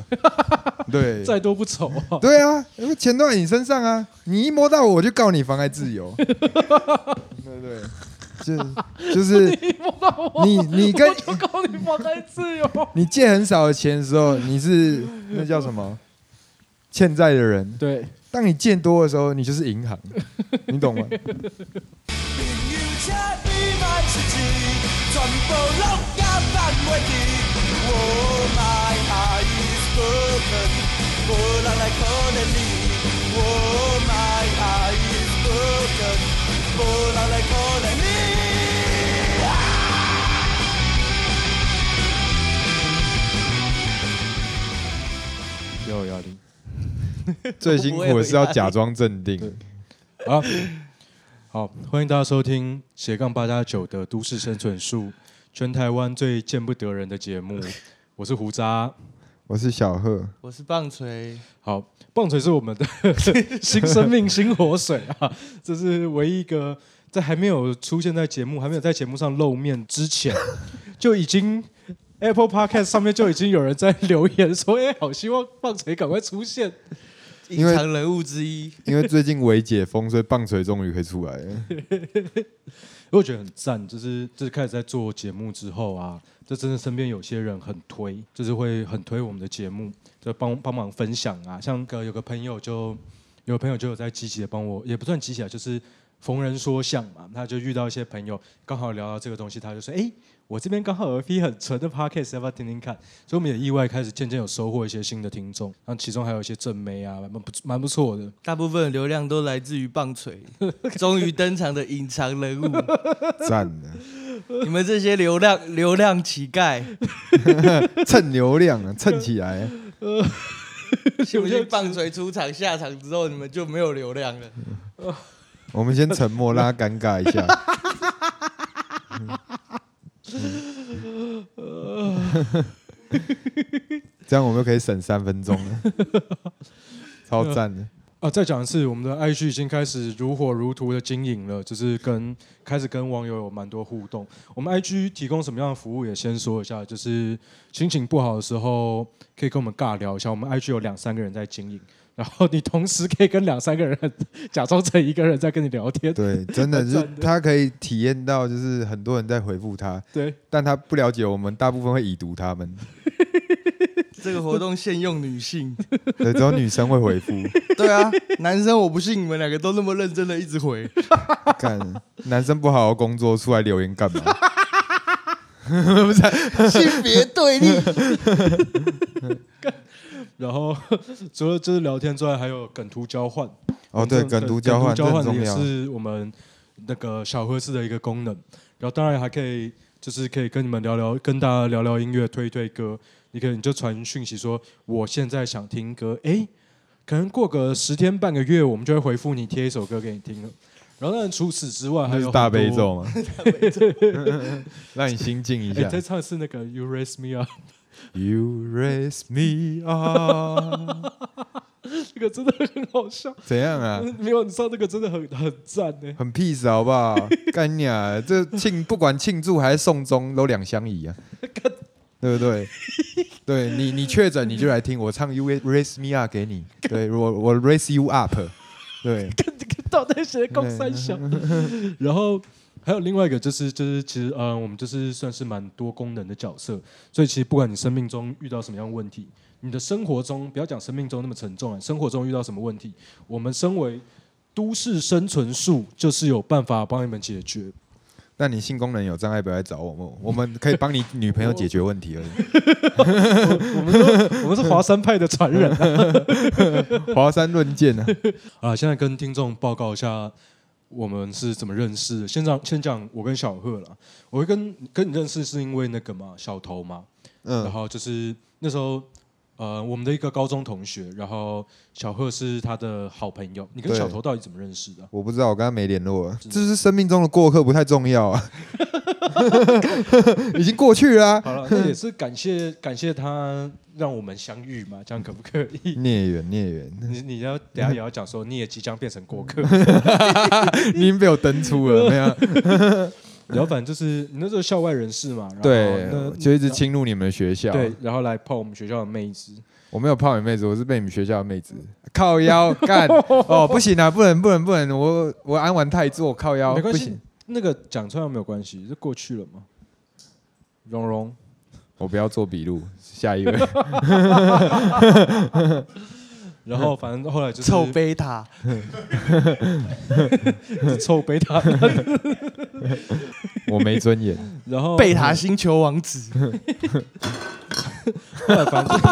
对， 再多不愁啊。 对啊，因为钱都在你身上啊，你一摸到我就告你妨碍自由，对不对？就是你摸到我， 你跟我就告你妨碍自由。 你借很少的钱的时候，你是那叫什么欠债的人。 对， 当你借多的时候，你就是银行，你懂吗？ 不要有压力。 最辛苦的是要假装镇定。 好，欢迎大家收听斜杠8+9的都市生存术，全台湾最见不得人的节目。我是胡渣， 我是小贺， 我是棒槌。 好，棒槌是我们的新生命、新活水啊！这是唯一一个在还没有出现在节目、还没有在节目上露面之前，就已经 Apple Podcast 上面就已经有人在留言说：“好希望棒槌赶快出现。” 隐藏人物之一， 因为最近微解封，所以棒槌终于可以出来了。 我觉得很赞，就是开始在做节目之后啊，这真的身边有些人很推，就是会很推我们的节目，就帮忙分享啊。像有个朋友就有在积极的帮我，也不算积极啊，就是逢人说相嘛。他就遇到一些朋友刚好聊到这个东西，他就说：“我这边刚好有一批很纯的 podcast， 要不要听听看？”所以我们也意外开始渐渐有收获一些新的听众，然后其中还有一些正妹啊，蛮不错的。 大部分的流量都来自于棒槌，终于登场的隐藏人物， 赞的！ 你们这些流量乞丐， 蹭流量啊，蹭起来！ 信不信棒槌出场下场之后，你们就没有流量了？ 我们先沉默，让他尴尬一下。这样我们就可以省3分钟了，超赞的。 再讲一次，我们的 IG 已经开始如火如荼的经营了，就是开始跟网友有蛮多互动。我们 IG 提供什么样的服务也先说一下，就是心情不好的时候可以跟我们尬聊一下。我们 IG 有2-3个人在经营，然后你同时可以跟2-3个人假装成一个人在跟你聊天。 对，真的就是他可以体验到，就是很多人在回复他， 对， 但他不了解我们，大部分会已读他们。 这个活动限用女性， 对，只有女生会回复。 对啊，男生我不信你们2个都那么认真的一直回。 干，男生不好好工作，出来留言干嘛？不是性别对立。 然后除了就是聊天之外，还有梗图交换。 哦，对，梗图交换也是我们那个小盒子的一个功能。然后当然还可以，就是可以跟你们跟大家聊聊音乐，推歌。你就传讯息说我现在想听歌，可能过个10天半个月，我们就会回复你，贴一首歌给你听了。然后当然除此之外，还有大悲咒嘛，让你心静一下。 再唱一次那个 You Raise Me Up。You raise me up， 这个真的很好笑。 怎样啊？ 没有，你唱这个真的很赞呢， 很 peace 好不好？干你啊！这不管庆祝还是送终，都2相宜啊，对不对？对你确诊你就来听我唱 You raise me up 给你，对我 raise you up， 对。 到底谁公三小？然后还有另外一个就是其实我们就是算是蛮多功能的角色，所以其实不管你生命中遇到什么样的问题，你的生活中不要讲生命中那么沉重啊，生活中遇到什么问题，我们身为都市生存术就是有办法帮你们解决。 那你性功能有障碍，不要来找我们，我们可以帮你女朋友解决问题而已。 我们是华山派的传人华山论剑啊！现在跟听众报告一下，我们是怎么认识的。先讲我跟小贺啦，我会跟你认识是因为那个嘛小头嘛，然后就是那时候我们的一个高中同学，然后小贺是他的好朋友。你跟小头到底怎么认识的？ 我不知道，我跟他没联络了。这是生命中的过客，不太重要啊。已经过去了啊。 好了，那也是感谢他让我们相遇嘛，这样可不可以？ 孽缘。 你要等一下也要讲说，你也即将变成过客。 你已经被我登出了，没有？ 然后反正就是你那时候校外人士嘛，然后对， 那就一直侵入你们的学校。 对，然后来泡我们学校的妹子。 我没有泡你妹子，我是被你们学校的妹子靠腰干。哦，不行啊，不能，我安完太座靠腰， 没关系不行。 那个讲出来没有关系，就过去了嘛。蓉蓉， 我不要做笔录，下一位。 然后反正后来就是臭贝塔， 臭贝塔， 我没尊严。 然后贝塔星球王子。 后来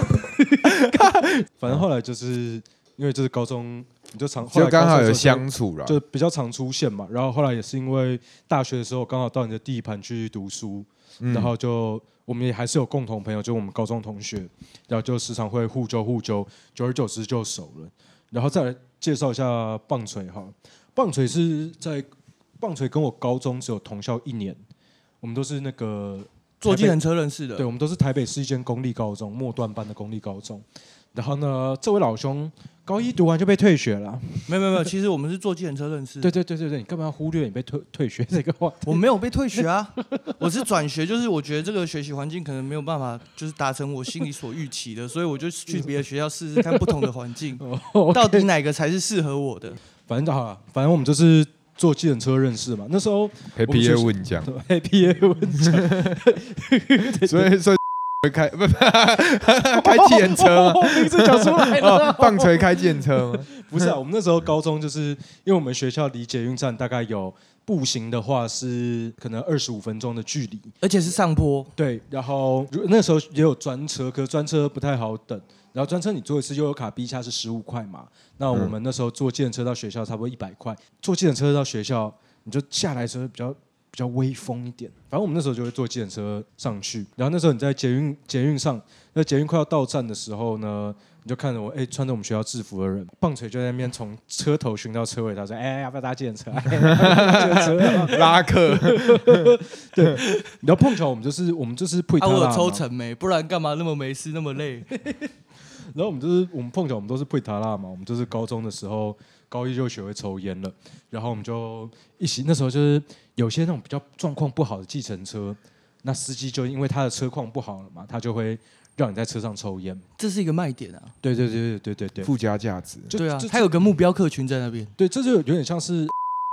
反正后来就是因为就是高中你就常就刚好有相处了， 就比较常出现嘛。然后后来也是因为大学的时候刚好到你的地盘去读书，然后就我们也还是有共同朋友，就我们高中同学，然后就时常会互揪，久而久之就熟了。然后再来介绍一下棒槌哈，棒槌跟我高中只有同校1年，我们都是那个坐计程车认识的。 对，我们都是台北市一间公立高中末段班的公立高中。然后呢，这位老兄高一读完就被退学了。 没有，其实我们是坐计程车认识。 对，你干嘛要忽略你被退学这个话题？ 我没有被退学啊，我是转学，就是我觉得这个学习环境可能没有办法，就是达成我心里所预期的，所以我就去别的学校试试看不同的环境，到底哪个才是适合我的。 反正好了，反正我们就是坐计程车认识嘛。那时候 Happy Year 问奖 ，Happy Year 问奖， 所以会开计程车吗？ 名字讲出来了， 棒槌开计程车吗？ 不是啊，我们那时候高中就是因为我们学校离捷运站大概有步行的话是可能25分钟的距离， 而且是上坡。 对，然后那时候也有专车，可是专车不太好等。然后专车你坐一次悠游卡 B 卡是15块嘛，那我们那时候坐计程车到学校差不多100块，坐计程车到学校你就下来的时候比较威风一点。反正我们那时候就会坐计程车上去，然后那时候你在捷运上，那捷运快要到站的时候呢，你就看着我，穿着我们学校制服的人，棒槌就在那边从车头巡到车尾，他说，要不要搭计程车？ 拉客。 对，然后碰巧我们就是配他啦嘛， 我有抽成没，不然干嘛那么没事那么累？ 然后我们碰巧我们都是配塔拉嘛，我们就是高中的时候高一就学会抽烟了，然后我们就一起那时候就是有些那种比较状况不好的计程车，那司机就因为他的车况不好了嘛，他就会让你在车上抽烟， 这是一个卖点啊。 对， 附加价值。 对啊，还有个目标客群在那边。 对，这就有点像是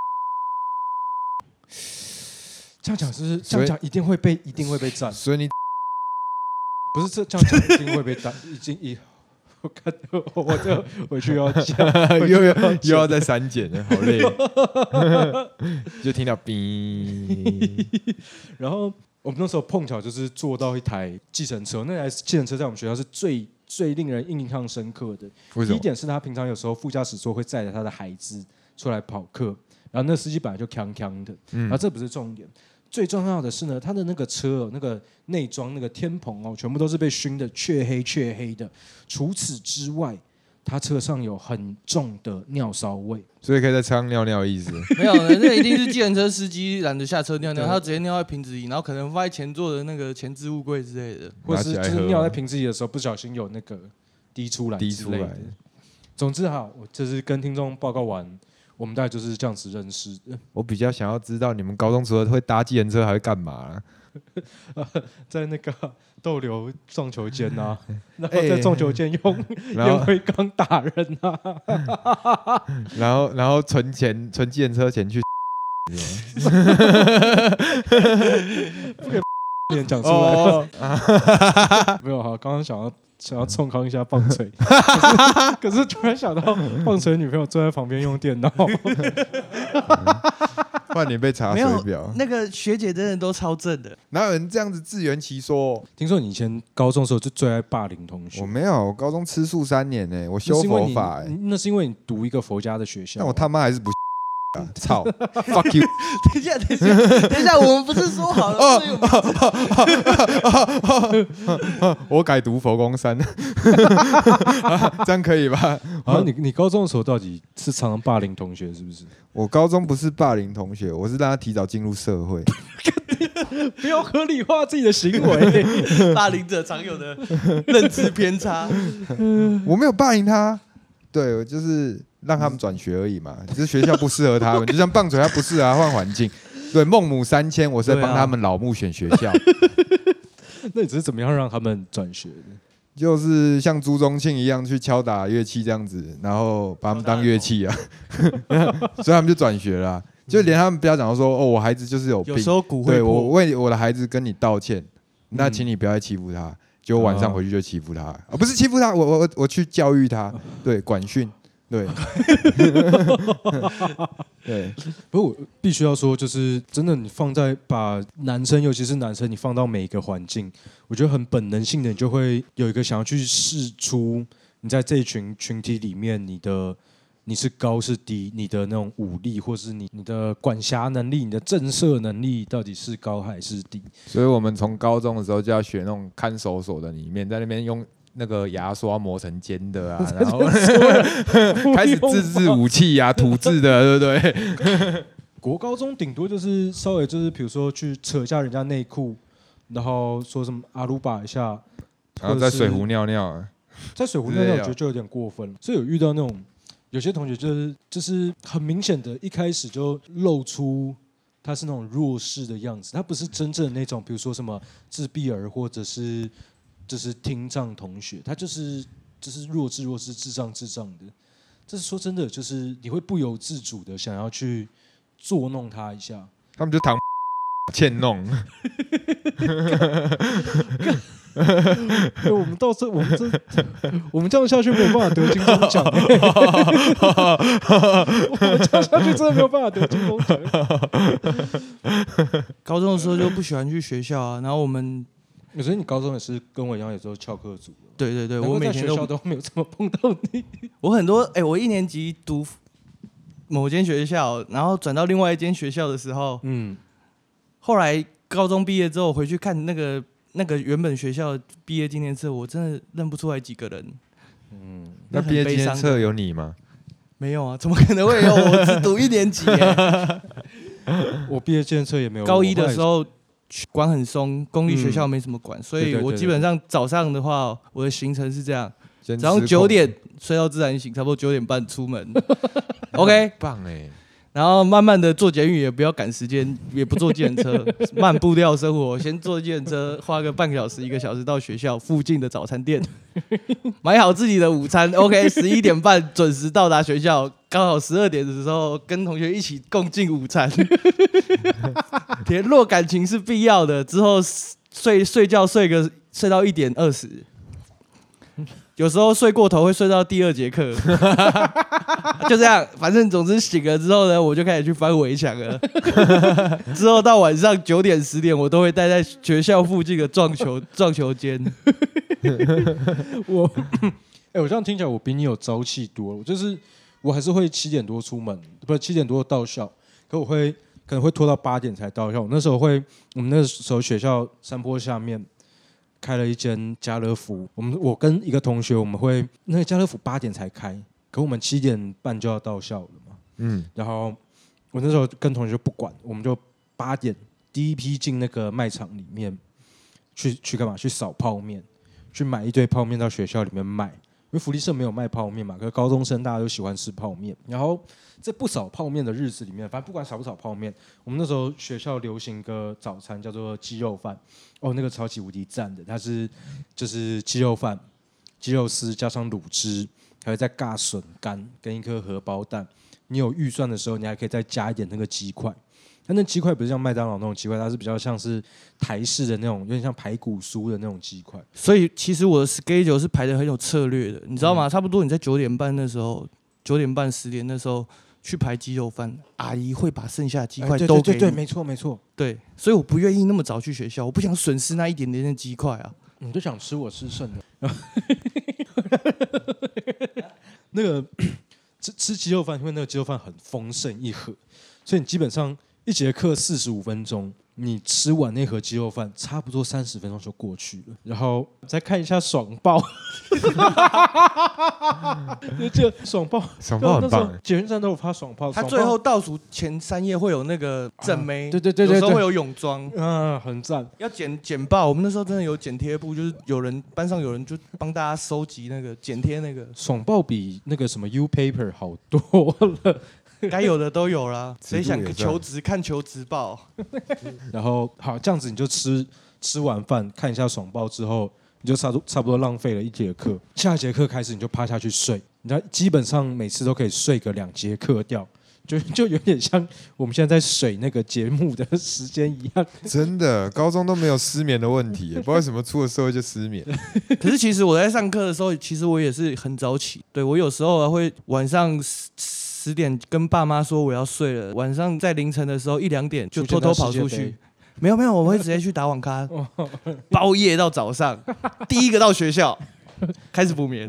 这样讲是这样讲一定会被赞， 所以你不是这样讲一定会被赞，我看我就回去要讲， 又要再删减了，好累。就听到哔， 然后我们那时候碰巧就是坐到一台计程车，那台计程车在我们学校是最令人印象深刻的。第一点是他平常有时候副驾驶座会载着他的孩子出来跑课，然后那司机本来就锵锵的，然后这不是重点。最重要的是呢，他的那个车那个内装那个天棚全部都是被熏的黢黑的。除此之外，他车上有很重的尿骚味， 所以可以在车上尿尿的意思。 没有，那一定是计程车司机懒得下车尿尿，他直接尿在瓶子里，然后可能放在前座的那个前置物柜之类的， 或是就是尿在瓶子里的时候不小心有那个滴出来之类的。总之哈，我就是跟听众报告完。我们大概就是这样子认识的。 我比较想要知道你们高中除了会搭计程车还会干嘛？ 在那个斗牛撞球间啊，然后在撞球间用烟灰缸打人啊， 然后存计程车钱去。 脸讲出来，没有哈，刚刚想要冲康一下棒槌，可是突然想到棒槌女朋友坐在旁边用电脑， 换你被查水表。 那个学姐真的都超正的， 哪有人这样子自圆其说？ 听说你以前高中的时候就最爱霸凌同学。 我没有，我高中吃素3年呢，我修佛法。 那是因为你读一个佛家的学校。 但我他妈还是不。操 ！Fuck you！ 等一下，我们不是说好了？ 我改读佛光山，这样可以吧？ 你高中的时候到底是常常霸凌同学是不是？ 我高中不是霸凌同学，我是让他提早进入社会。 不要合理化自己的行为， 霸凌者常有的认知偏差。 我没有霸凌他，对，我就是让他们转学而已嘛。只是学校不适合他们，就像棒槌，他不适合他换环境。 对，孟母3000，我是在帮他们老木选学校。 那你只是怎么样让他们转学的？ 就是像朱宗庆一样去敲打乐器这样子，然后把他们当乐器啊，所以他们就转学了啊、就连他们不要讲说哦，我孩子就是有病， 有时候骨会对我破。 为我的孩子跟你道歉，那请你不要再欺负他。结果晚上回去就欺负他，不是欺负他，我去教育他，对，管训，对，对。 不过我必须要说，就是真的，你放在把男生，尤其是男生，你放到每一个环境，我觉得很本能性的，你就会有一个想要去试出你在这一群体里面，你是高是低，你的那种武力，或是你的管辖能力、你的震慑能力到底是高还是低？ 所以我们从高中的时候就要学那种看守所的里面，在那边用那个牙刷磨成尖的啊，然后开始自制武器啊，土制的，对不对？ 国高中顶多就是稍微就是比如说去扯一下人家内裤，然后说什么阿鲁巴一下， 然后在水壶尿尿啊， 在水壶尿尿，我觉得就有点过分了。所以有遇到那种有些同学就是很明显的，一开始就露出他是那种弱势的样子，他不是真正的那种，比如说什么自闭儿或者是就是听障同学，他就是弱智、智障的。这是说真的，就是你会不由自主的想要去捉弄他一下。 他们就躺欠弄。 我们到这，我们这样下去没有办法得金钟奖。我们这样下去真的没有办法得金钟奖。 高中的时候就不喜欢去学校啊，然后我们， 所以你高中也是跟我一样，有时候翘课组。 对，我每天在学校都没有这么碰到你。 我很多，我1年级读某间学校，然后转到另外一间学校的时候，后来高中毕业之后回去看那个原本学校毕业纪念册，我真的认不出来几个人。 那毕业纪念册有你吗？ 没有啊，怎么可能会有？我只读1年级耶。 我毕业纪念册也没有。 高1的时候管很松，公立学校没什么管，所以我基本上早上的话，我的行程是这样：早上9点睡到自然醒，差不多9点半出门。OK， 棒哎。 然后慢慢的坐捷运，也不要赶时间，也不坐计程车，慢步调生活。先坐计程车，花个半个小时、1个小时到学校附近的早餐店，买好自己的午餐。OK，11点半准时到达学校，刚好12点的时候跟同学一起共进午餐。联络感情是必要的，之后睡觉睡到1点20。有时候睡过头会睡到第2节课，就这样，反正总之醒了之后呢，我就开始去翻围墙了。之后到晚上9点10点，我都会待在学校附近的撞球间。 我这样听起来我比你有朝气多了，我还是会7点多出门，不是7点多到校，可能会拖到8点才到校。我们那时候学校山坡下面开了一间家乐福，我跟一个同学，我们会那个家乐福8点才开，可我们7点半就要到校了嘛。然后我那时候跟同学不管，我们就8点第一批进那个卖场里面去干嘛？去扫泡面，去买一堆泡面到学校里面卖。因为福利社没有卖泡面嘛，可是高中生大家都喜欢吃泡面。然后在不扫泡面的日子里面，反正不管扫不扫泡面，我们那时候学校流行一个早餐叫做鸡肉饭，那个超级无敌赞的，它就是鸡肉饭、鸡肉丝加上卤汁，还会再尬笋干跟一颗荷包蛋。你有预算的时候，你还可以再加一点那个鸡块。但那鸡块不是像麦当劳那种鸡块，它是比较像是台式的那种，有点像排骨酥的那种鸡块。 所以其实我的 schedule 是排得很有策略的，你知道吗？差不多你在9点半那时候，9点半10点那时候去排鸡肉饭，阿姨会把剩下的鸡块都给你。 对，没错。对， 所以我不愿意那么早去学校，我不想损失那一点点的鸡块啊。 你就想吃我吃剩的。那个吃鸡肉饭，因为那个鸡肉饭很丰盛一盒，所以你基本上1节课45分钟，你吃完那盒鸡肉饭，差不多30分钟就过去了。然后再看一下爽报，就爽报很棒。 捷运站都有发爽报， 他最后倒数前3页会有那个正妹， 对， 有时候会有泳装， 很赞。 要剪报，我们那时候真的有剪贴簿，就是班上有人就帮大家收集那个剪贴那个。 爽报比那个什么 U Paper 好多了。 该有的都有啦。 尺度也谁想算求职看求职报？ 然后好这样子你就吃完饭看一下爽报之后，你就差不多浪费了1节课，下节课开始你就趴下去睡，你知道基本上每次都可以睡个2节课掉。就有点像我们现在在水那个节目的时间一样， 真的，高中都没有失眠的问题，不知道为什么出了社会就失眠。 可是其实我在上课的时候，其实我也是很早起。对，我有时候会晚上10点跟爸妈说我要睡了，晚上在凌晨的时候1、2点就偷偷跑出去。没有，我会直接去打网咖，包夜到早上，第一个到学校，开始补眠。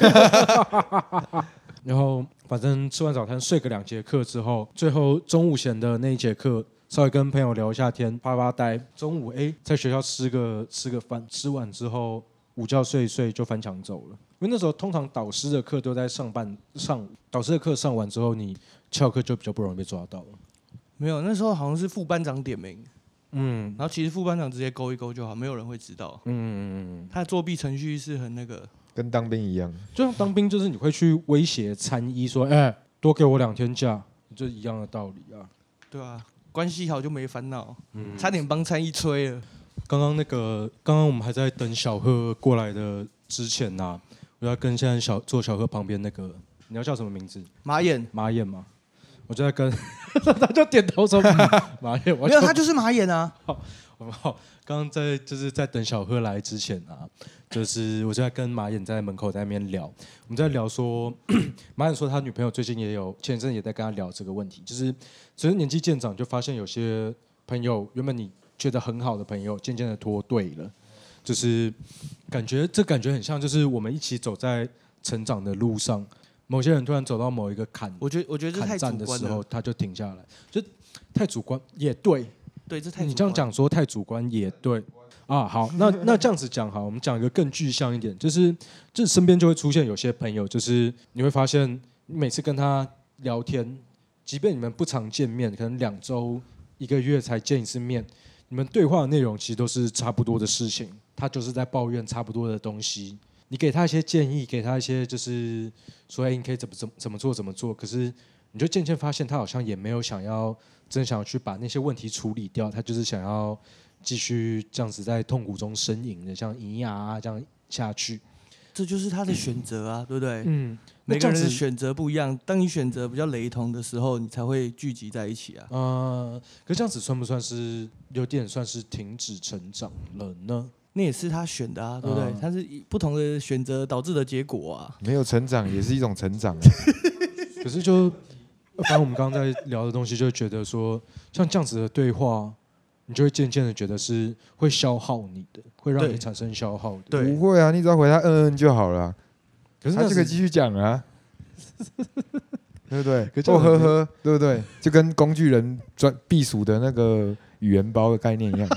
然后反正吃完早餐睡个2节课之后，最后中午闲的那1节课，稍微跟朋友聊一下天，发发呆。中午在学校吃个饭，吃完之后午觉睡一睡就翻墙走了。因为那时候通常导师的课都在上午，导师的课上完之后，你翘课就比较不容易被抓到了。 没有，那时候好像是副班长点名，然后其实副班长直接勾一勾就好，没有人会知道。他的作弊程序是很那个。 跟当兵一样， 就像当兵，就是你会去威胁参医说：“多给我2天假。”就一样的道理啊。 对啊，关系好就没烦恼。差点帮参医吹了。 刚刚我们还在等小贺过来的之前啊，我要跟现在坐小贺旁边那个，你要叫什么名字？ 马眼嘛。我就在跟他就点头说马眼， 没有，他就是马眼啊。 好，刚刚在等小贺来之前啊，就是我就在跟马眼在门口在那边聊，我们在聊说，马眼说他女朋友最近前阵也在跟他聊这个问题，就是随着年纪渐长，就发现有些朋友原本你觉得很好的朋友，渐渐的脱队了，就是感觉很像，就是我们一起走在成长的路上，某些人突然走到某一个我觉得这太主观了。 的时候，他就停下来，就太主观也对。 对，这太主观。 你这样讲说太主观也对啊。好，那这样子讲好，我们讲一个更具象一点，就是身边就会出现有些朋友，就是你会发现，你每次跟他聊天，即便你们不常见面，可能2周、1个月才见一次面，你们对话的内容其实都是差不多的事情，他就是在抱怨差不多的东西。你给他一些建议，给他一些就是说，你可以怎么做，可是你就渐渐发现，他好像也没有真想要去把那些问题处理掉，他就是想要继续这样子在痛苦中呻吟的，像咿呀啊这样下去。 这就是他的选择啊，对不对？ 每个人的选择不一样，当你选择比较雷同的时候，你才会聚集在一起啊。 可这样子算不算是有点算是停止成长了呢？ 那也是他选的啊，对不对？他是不同的选择导致的结果啊。 没有成长也是一种成长。 可是就反正我们刚刚在聊的东西，就觉得说，像这样子的对话，你就会渐渐的觉得是会消耗你的，会让你产生消耗的。 对， 不会啊，你只要回他就好了。 可是他就可以继续讲啊，对不对？ 哦呵呵，对不对？就跟工具人避暑的那个语言包的概念一样。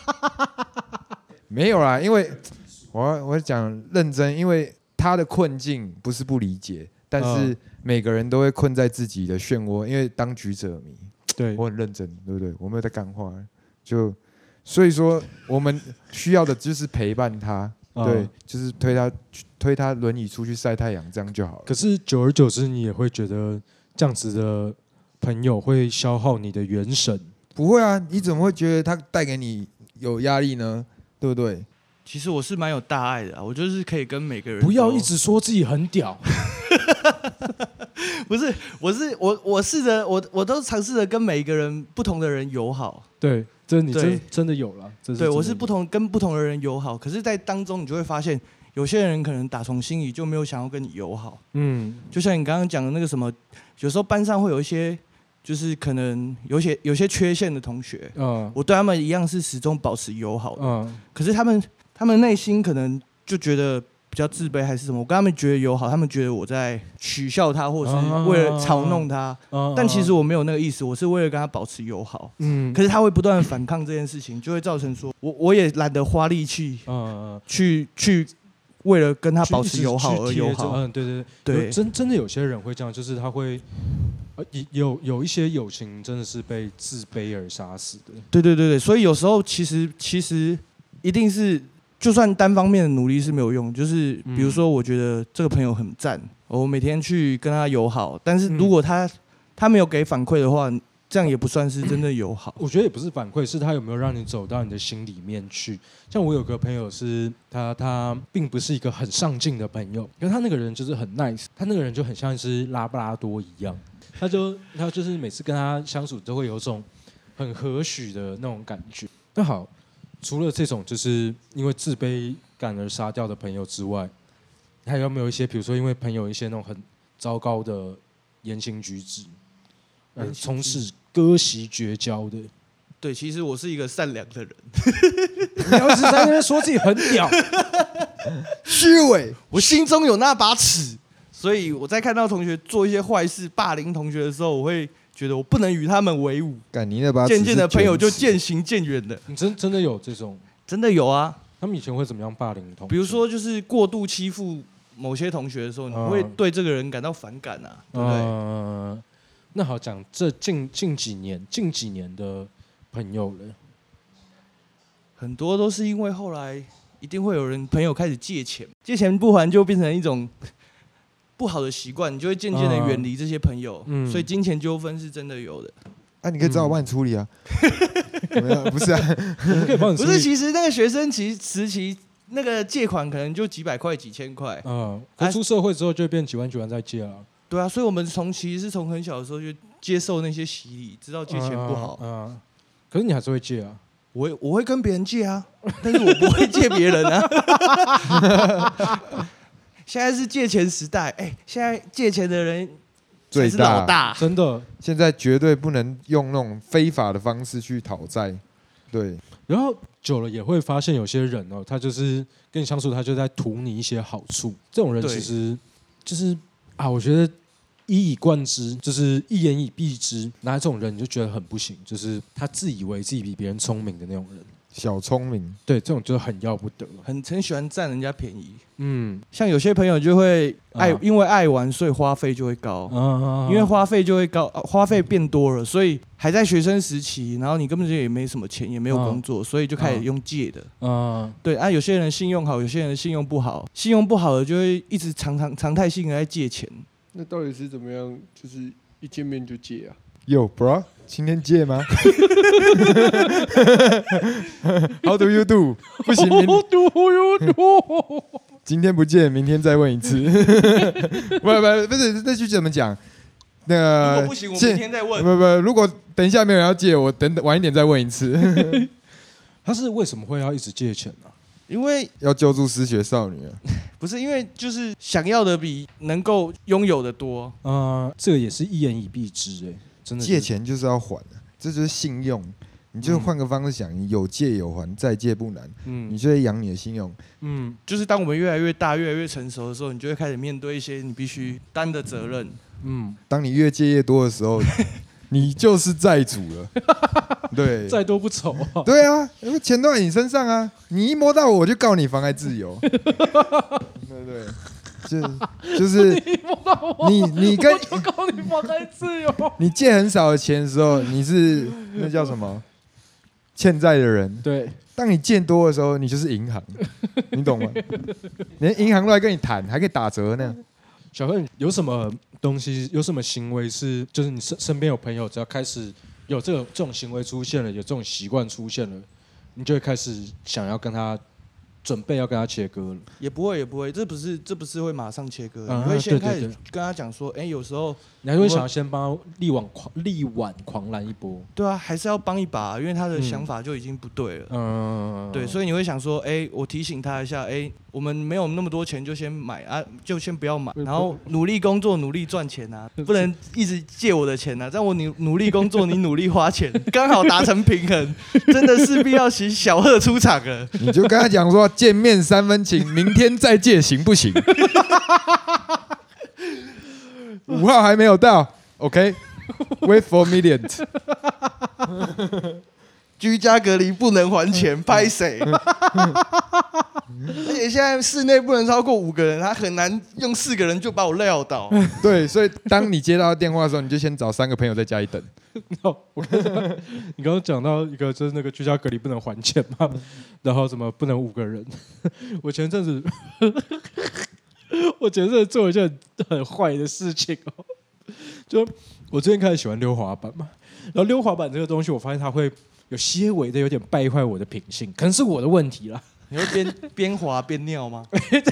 没有啦，因为我讲认真，因为他的困境不是不理解，但是每个人都会困在自己的漩涡，因为当局者迷。 对， 我很认真，对不对？我没有在干话，所以说我们需要的就是陪伴他，对，就是推他轮椅出去晒太阳，这样就好了。 可是久而久之，你也会觉得这样子的朋友会消耗你的元神。 不会啊，你怎么会觉得他带给你有压力呢？对不对？ 其实我是蛮有大爱的啊，我就是可以跟每个人不要一直说自己很屌。 不是，我试着我都尝试着跟每一个人不同的人友好。 对，你真的有了。 对，我是跟不同的人友好，可是，在当中你就会发现，有些人可能打从心里就没有想要跟你友好。就像你刚刚讲的那个什么，有时候班上会有一些。就是可能有些缺陷的同学，我对他们一样是始终保持友好的，可是他们内心可能就觉得比较自卑还是什么，我跟他们觉得友好，他们觉得我在取笑他，或者是为了嘲弄他，但其实我没有那个意思，我是为了跟他保持友好，可是他会不断的反抗这件事情，就会造成说我也懒得花力气，去为了跟他保持友好而友好， 对，真的有些人会这样，就是他会。有一些友情真的是被自卑而杀死的。 对，所以有时候其实一定是，就算单方面的努力是没有用。就是比如说，我觉得这个朋友很赞，我每天去跟他友好，但是如果他他没有给反馈的话，这样也不算是真的友好。 我觉得也不是反馈，是他有没有让你走到你的心里面去。像我有个朋友是他并不是一个很上进的朋友，可是他那个人就是很 nice， 他那个人就很像是拉布拉多一样，他就是每次跟他相处都会有种很和煦的那种感觉。那好，除了这种就是因为自卑感而杀掉的朋友之外，还有没有一些比如说因为朋友一些那种很糟糕的言行举止？从事割席绝交的。 对，其实我是一个善良的人， 你要一直在那边说自己很屌， 虚伪。 我心中有那把尺，所以我在看到同学做一些坏事、霸凌同学的时候，我会觉得我不能与他们为伍。 干你那把尺是渐渐的朋友就卷尺渐行渐远了。 你真的有这种？ 真的有啊， 他们以前会怎么样霸凌同学？ 比如说就是过度欺负某些同学的时候，你会对这个人感到反感啊，对不对？ 那好，讲这近几年的朋友了， 很多都是因为后来一定会有人朋友开始借钱，借钱不还就变成一种不好的习惯，你就会渐渐的远离这些朋友，所以金钱纠纷是真的有的。 你可以找我帮你处理啊。没有，不是啊， 我们可以帮你处理。 不是，其实那个学生时期那个借款可能就几百块、几千块， 可出社会之后就会变几万再借了。 对啊，所以我们其实是从很小的时候就接受那些洗礼，知道借钱不好。 可是你还是会借啊？ 我会跟别人借啊，但是我不会借别人啊。现在是借钱时代，现在借钱的人才是老大， 真的。 现在绝对不能用那种非法的方式去讨债。对， 然后久了也会发现有些人哦，他就是跟你相处，他就在图你一些好处。这种人其实就是我觉得一以贯之，就是一言以蔽之。那这种人你就觉得很不行，就是他自以为自己比别人聪明的那种人， 小聪明。 对，这种就很要不得， 很喜欢占人家便宜。 像有些朋友就会因为爱玩，所以花费就会高。因为花费就会高，花费变多了，所以还在学生时期，然后你根本就也没什么钱，也没有工作，所以就开始用借的。对啊，有些人信用好，有些人信用不好，信用不好的就会一直常态性的在借钱。 那到底是怎么样？就是一见面就借啊 ？Yo bro， 今天借吗？How do you do？ 不行，How do you do？ 今天不借，明天再问一次。不是，那句怎么讲？那个如果不行，我明天再问。 不，如果等一下没有人要借，我晚一点再问一次。 他是为什么会要一直借钱呢？ 因为要救助失学少女啊。 不是，因为就是想要的比能够拥有的多。 这个也是一言以蔽之，真的。 借钱就是要还的，这就是信用。你就换个方式想，你有借有还，再借不难。你就会养你的信用。 就是当我们越来越大、越来越成熟的时候，你就会开始面对一些你必须担的责任。 当你越借越多的时候，你就是债主了。对， 债多不愁啊。 对啊，因为钱都在你身上啊，你一摸到我就告你妨碍自由。对对。就是你跟我就告你妨碍自由。 你借很少的钱的时候，你是那叫什么欠债的人。 对， 当你借多的时候，你就是银行，你懂吗？连银行都来跟你谈，还可以打折呢。 小贺，有什么东西，有什么行为是，就是你身边有朋友，只要开始有这种行为出现了，有这种习惯出现了，你就会开始想要跟他。准备要跟他切割了， 也不会，这不是会马上切割，你会先开始跟他讲说，有时候你还会想要先帮他力挽狂澜一波， 对啊，还是要帮一把，因为他的想法就已经不对了，对，所以你会想说，我提醒他一下，我们没有那么多钱，就先买啊，就先不要买，然后努力工作，努力赚钱啊，不能一直借我的钱啊，这样我努力工作，你努力花钱，刚好达成平衡，真的势必要请小贺出场了， 你就跟他讲说。见面3分情，明天再借行不行？5号还没有到 ，OK，wait for minute。 居家隔离不能还钱，拍谁？而且现在室内不能超过5个人，他很难用4个人就把我撂倒。 对，所以当你接到电话的时候，你就先找3个朋友在家里等。 你刚刚讲到一个就是那个居家隔离不能还钱嘛，然后什么不能5个人。我前阵子做了一件很坏的事情哦， 就我最近开始喜欢溜滑板嘛，然后溜滑板这个东西，我发现它会有些微的有点败坏我的品性，可能是我的问题啦。 你会边滑边尿吗？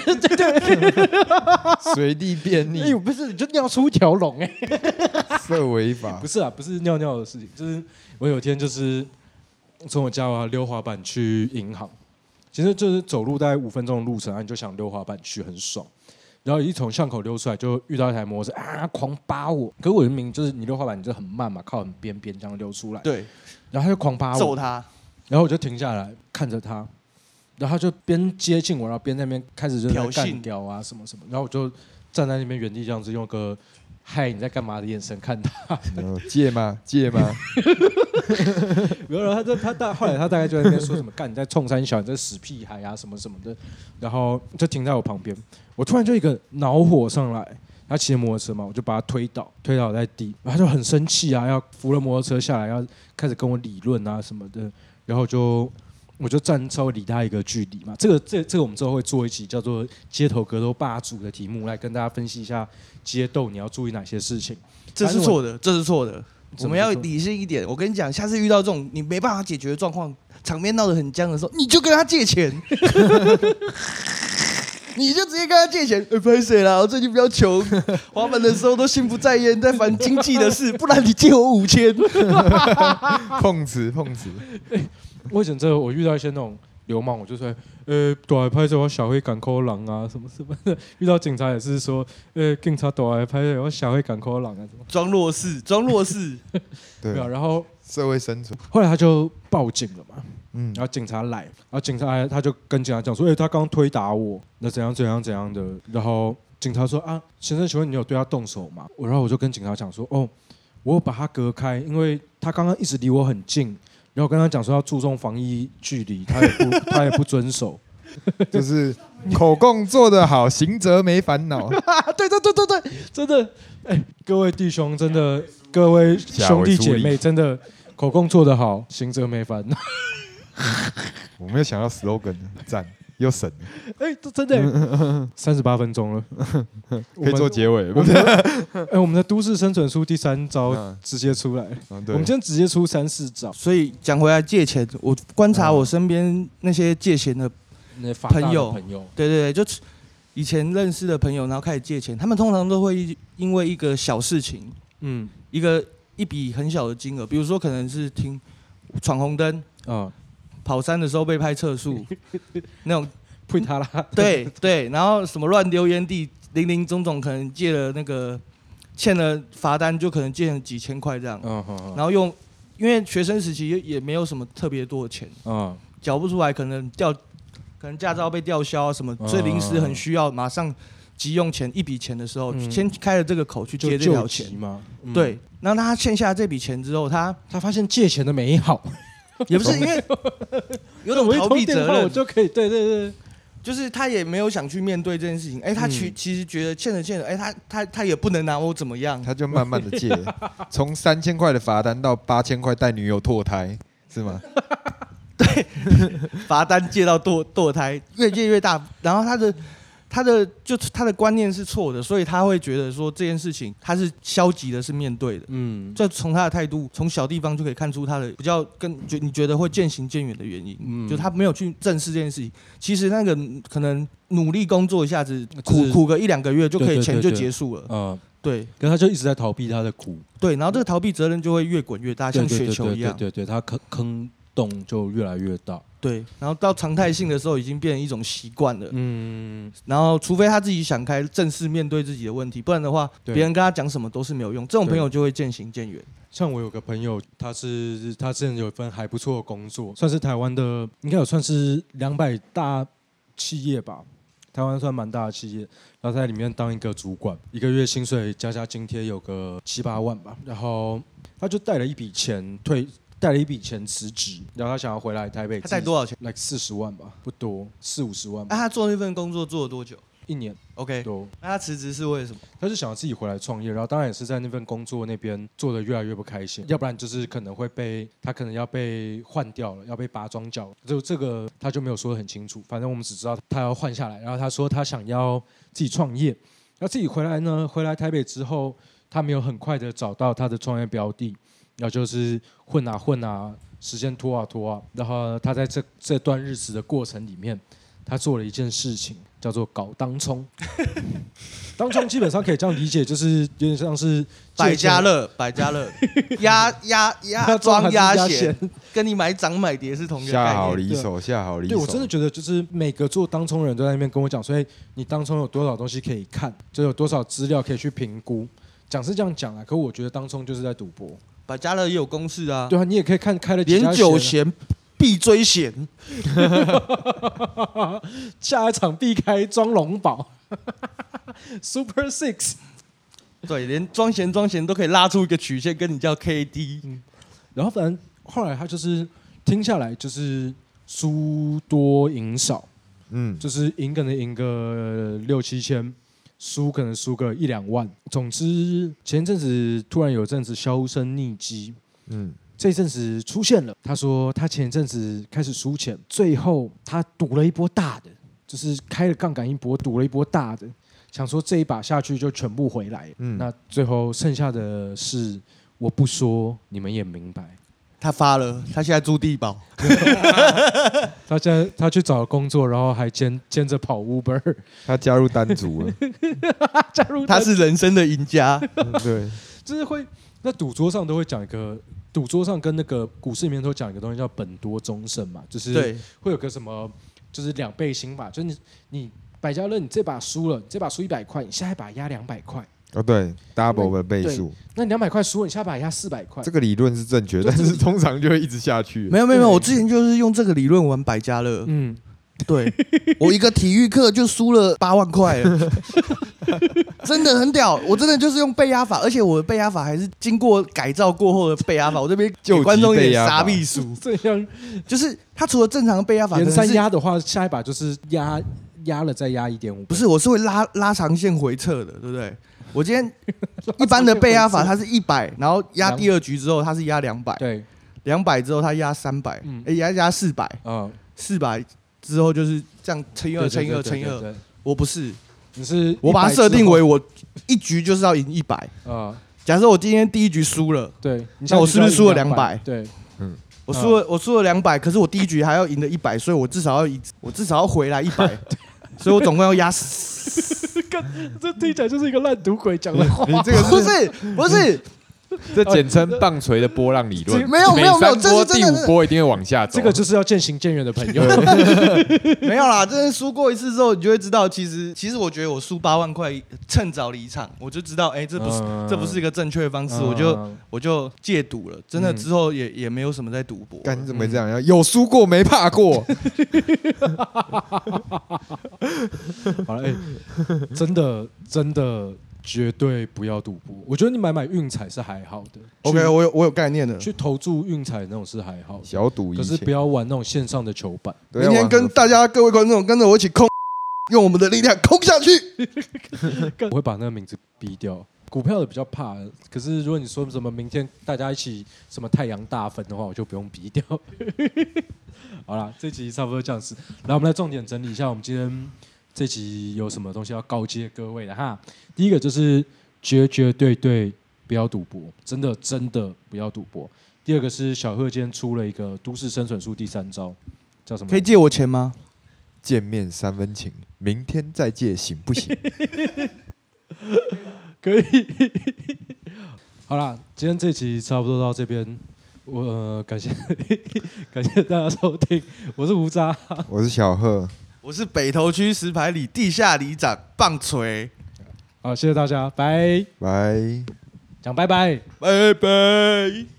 随地便哎、 溺， 不是，你就尿出一条龙涉违法不。是啊，不是尿尿的事情，就是我有一天就是从我家溜滑板去银行，其实就是走路大概5分钟的路程，你就想溜滑板去，很爽。然后一从巷口溜出来，就遇到一台摩托车啊，狂扒我。可是我明明就是你溜滑板，你就很慢嘛，靠很边边这样溜出来。 对， 然后他就狂扒我， 揍他。 然后我就停下来看着他，然后他就边接近我，然后边在那边开始就在挑衅干掉啊什么什么。然后我就站在那边原地这样子，用个嗨你在干嘛的眼神看他。 然后借吗？借吗？ 然后后来他大概就在那边说什么干你在冲三小，你这死屁孩啊什么什么的，然后就停在我旁边。我突然就一个恼火上来，他骑着摩托车嘛，我就把他推倒在地，然后他就很生气啊，要扶了摩托车下来，要开始跟我理论啊什么的，然后我就站稍微离他一个距离嘛。这个我们之后会做一期叫做街头格斗霸主的题目，来跟大家分析一下街斗你要注意哪些事情。 这是错的，这是错的。 怎么我们要理性一点。我跟你讲，下次遇到这种你没办法解决的状况，场面闹得很僵的时候，你就跟他借钱，你就直接跟他借钱。拍谁啦？我最近比较穷，滑板的时候都心不在焉，在烦经济的事，不然你借我5000。 碰瓷。 我以前我遇到一些那种流氓，我就说，大来拍摄我小黑赶扣狼啊，什么什么的。遇到警察也是说，警察大来拍摄我小黑赶扣狼啊，什么。 装弱势，装弱势。 对没有，然后社会生存。 后来他就报警了嘛， 嗯然，后警察来，然后警察来，他就跟警察讲说，他刚推打我，那怎样的。然后警察说啊，先生，请问你有对他动手吗？然后我就跟警察讲说，哦，我有把他隔开，因为他刚刚一直离我很近。然后跟他讲说要注重防疫距离，他也不遵守， 就是口供做得好，行则没烦恼。 对，真的，各位弟兄，真的，各位兄弟姐妹，真的口供做得好，行则没烦恼。 我没有想到 slogan， 赞又省了， 这真的38分钟了， 可以做结尾。 我们的都市生存书第3招直接出来，我们今天直接出3、4招。 所以讲回来借钱，我观察我身边那些借钱的朋友，对，就以前认识的朋友，然后开始借钱，他们通常都会因为一个小事情，一笔很小的金额，比如说可能是闯红灯啊。跑山的时候被拍测速，那种呸他啦， 对，然后什么乱丢烟蒂，林林总总，可能借了那个欠了罚单，就可能借了几千块这样，然后因为学生时期也没有什么特别多的钱，缴不出来，可能驾照被吊销啊什么，所以临时很需要马上急用钱一笔钱的时候，先开了这个口去借这条钱嘛， 对，然后他欠下这笔钱之后，他发现借钱的美好。 也不是因为有种逃避责任， 我就可以对， 就是他也没有想去面对这件事情。他其实觉得欠着，他也不能拿我怎么样， 他就慢慢的借，从3000块的罚单到8000块带女友堕胎，是吗？ 对，罚单借到堕胎，越借越大，然后他的观念是错的，所以他会觉得说这件事情他是消极的，是面对的。就从他的态度，从小地方就可以看出他的比较你觉得会渐行渐远的原因。就他没有去正视这件事情，其实那个可能努力工作一下子，苦个1-2个月就可以钱就结束了。对， 可是他就一直在逃避他的苦。 对，然后这个逃避责任就会越滚越大，像雪球一样。 对，他坑洞就越来越大。 对，然后到常态性的时候，已经变成一种习惯了。然后除非他自己想开，正式面对自己的问题，不然的话，别人跟他讲什么都是没有用。这种朋友就会渐行渐远。 像我有个朋友，他之前有一份还不错的工作，算是台湾的，应该有算是200大企业吧，台湾算蛮大的企业。然后在里面当一个主管，一个月薪水加津贴有个7-8万吧。然后他就带了一笔钱辞职，然后他想要回来台北。 他带多少钱 ？like 40万吧，不多，40-50万吧。 那他做那份工作做了多久 ？1年。 OK。那他辞职是为什么？ 他是想要自己回来创业，然后当然也是在那份工作那边做得越来越不开心，要不然就是可能要被换掉了，要被拔庄脚。这个他就没有说得很清楚，反正我们只知道他要换下来。然后他说他想要自己创业，然后自己回来台北之后。 他没有很快的找到他的创业标的，然后就是混啊，时间拖啊，然后他在这段日子的过程里面，他做了一件事情，叫做搞当冲。当冲基本上可以这样理解，就是有点像是百家乐压庄压闲，跟你买涨买跌是同一个概念。 下好离手。 对，我真的觉得就是每个做当冲的人都在那边跟我讲，所以你当冲有多少东西可以看，就有多少资料可以去评估。讲是这样讲啊，可我觉得当冲就是在赌博。 百家乐也有公式啊， 对啊，你也可以看开了几家连九闲必追闲， 下一场必开庄龙宝，Super Six。 对，连庄闲都可以拉出一个曲线，跟你叫 KD。 然后反正后来他就是听下来就是输多赢少，就是赢可能赢个6-7千，输可能输个1-2万。总之前一阵子突然有阵子销声匿迹，这一阵子出现了。他说他前一阵子开始输钱，最后他赌了一波大的，就是开了杠杆一波，赌了一波大的，想说这一把下去就全部回来。那最后剩下的是我不说，你们也明白。 他发了，他现在住地堡。 他现在他去找了工作，然后还兼着跑 Uber。 他加入单组了， 他是人生的赢家。 对， 就是会在赌桌上都会讲一个，赌桌上跟那个股市里面都讲一个东西叫本多终胜嘛，就是会有个什么，就是2倍心法，就是你百家乐你这把输了，你这把输100块，你下一把压200块。 哦对 ，double 的倍数。 那你200块输了，你下一把压400块。 这个理论是正确，但是通常就会一直下去。 没有，我之前就是用这个理论玩百家乐。对，我一个体育课就输了8万块了，真的很屌。我真的就是用背压法，而且我的背压法还是经过改造过后的背压法。我这边给观众一点傻逼数， 这样就是他除了正常的背压法， 连3压的话，下一把就是压了再压1.5。 不是，我是会拉长线回撤的，对不对？我今天一般的背压法，它是100，然后压第2局之后，它是压200，对，200之后它压300，压400，400之后就是这样乘以2。我不是，我把它设定为我一局就是要赢100啊。假设我今天第1局输了，对，那我是不是输了200？对，我输了200，可是我第1局还要赢了100，所以我至少要回来100，所以我总共要压。 这听起来就是一个烂赌鬼讲的话。 你这个不是， 这简称棒槌的波浪理论。 没有，这是真的。 第5波一定会往下走。 这个就是要渐行渐远的朋友。 没有啦，真的输过一次之后，你就会知道，其实我觉得我输8万块，趁早离场，我就知道，这不是一个正确的方式，我就戒赌了。真的之后也没有什么在赌博。 干，你怎么会这样？有输过没怕过。 好了，真的绝对不要赌博。我觉得你买运彩是还好的。 OK， 我有概念的。 去投注运彩那种是还好的， 小赌怡情。 可是不要玩那种线上的球板。 明天跟各位观众跟着我一起空，用我们的力量空下去。 我会把那个名字逼掉。股票的比较怕，可是如果你说什么明天大家一起什么太阳大分的话，我就不用逼掉。好啦，这集差不多这样子。来，我们来重点整理一下，我们今天这集有什么东西要告诫各位的哈。第一个就是绝对不要赌博，真的不要赌博。第二个是小贺今天出了一个都市生存术第3招，叫什么？ 可以借我钱吗？ 见面3分情，明天再借行不行？ 可以。好啦，今天这集差不多到这边。感谢大家收听，我是胡渣， 我是小贺， 我是北投区10排里地下里长棒槌。 好，谢谢大家，拜拜， 拜， 讲拜拜， 拜拜。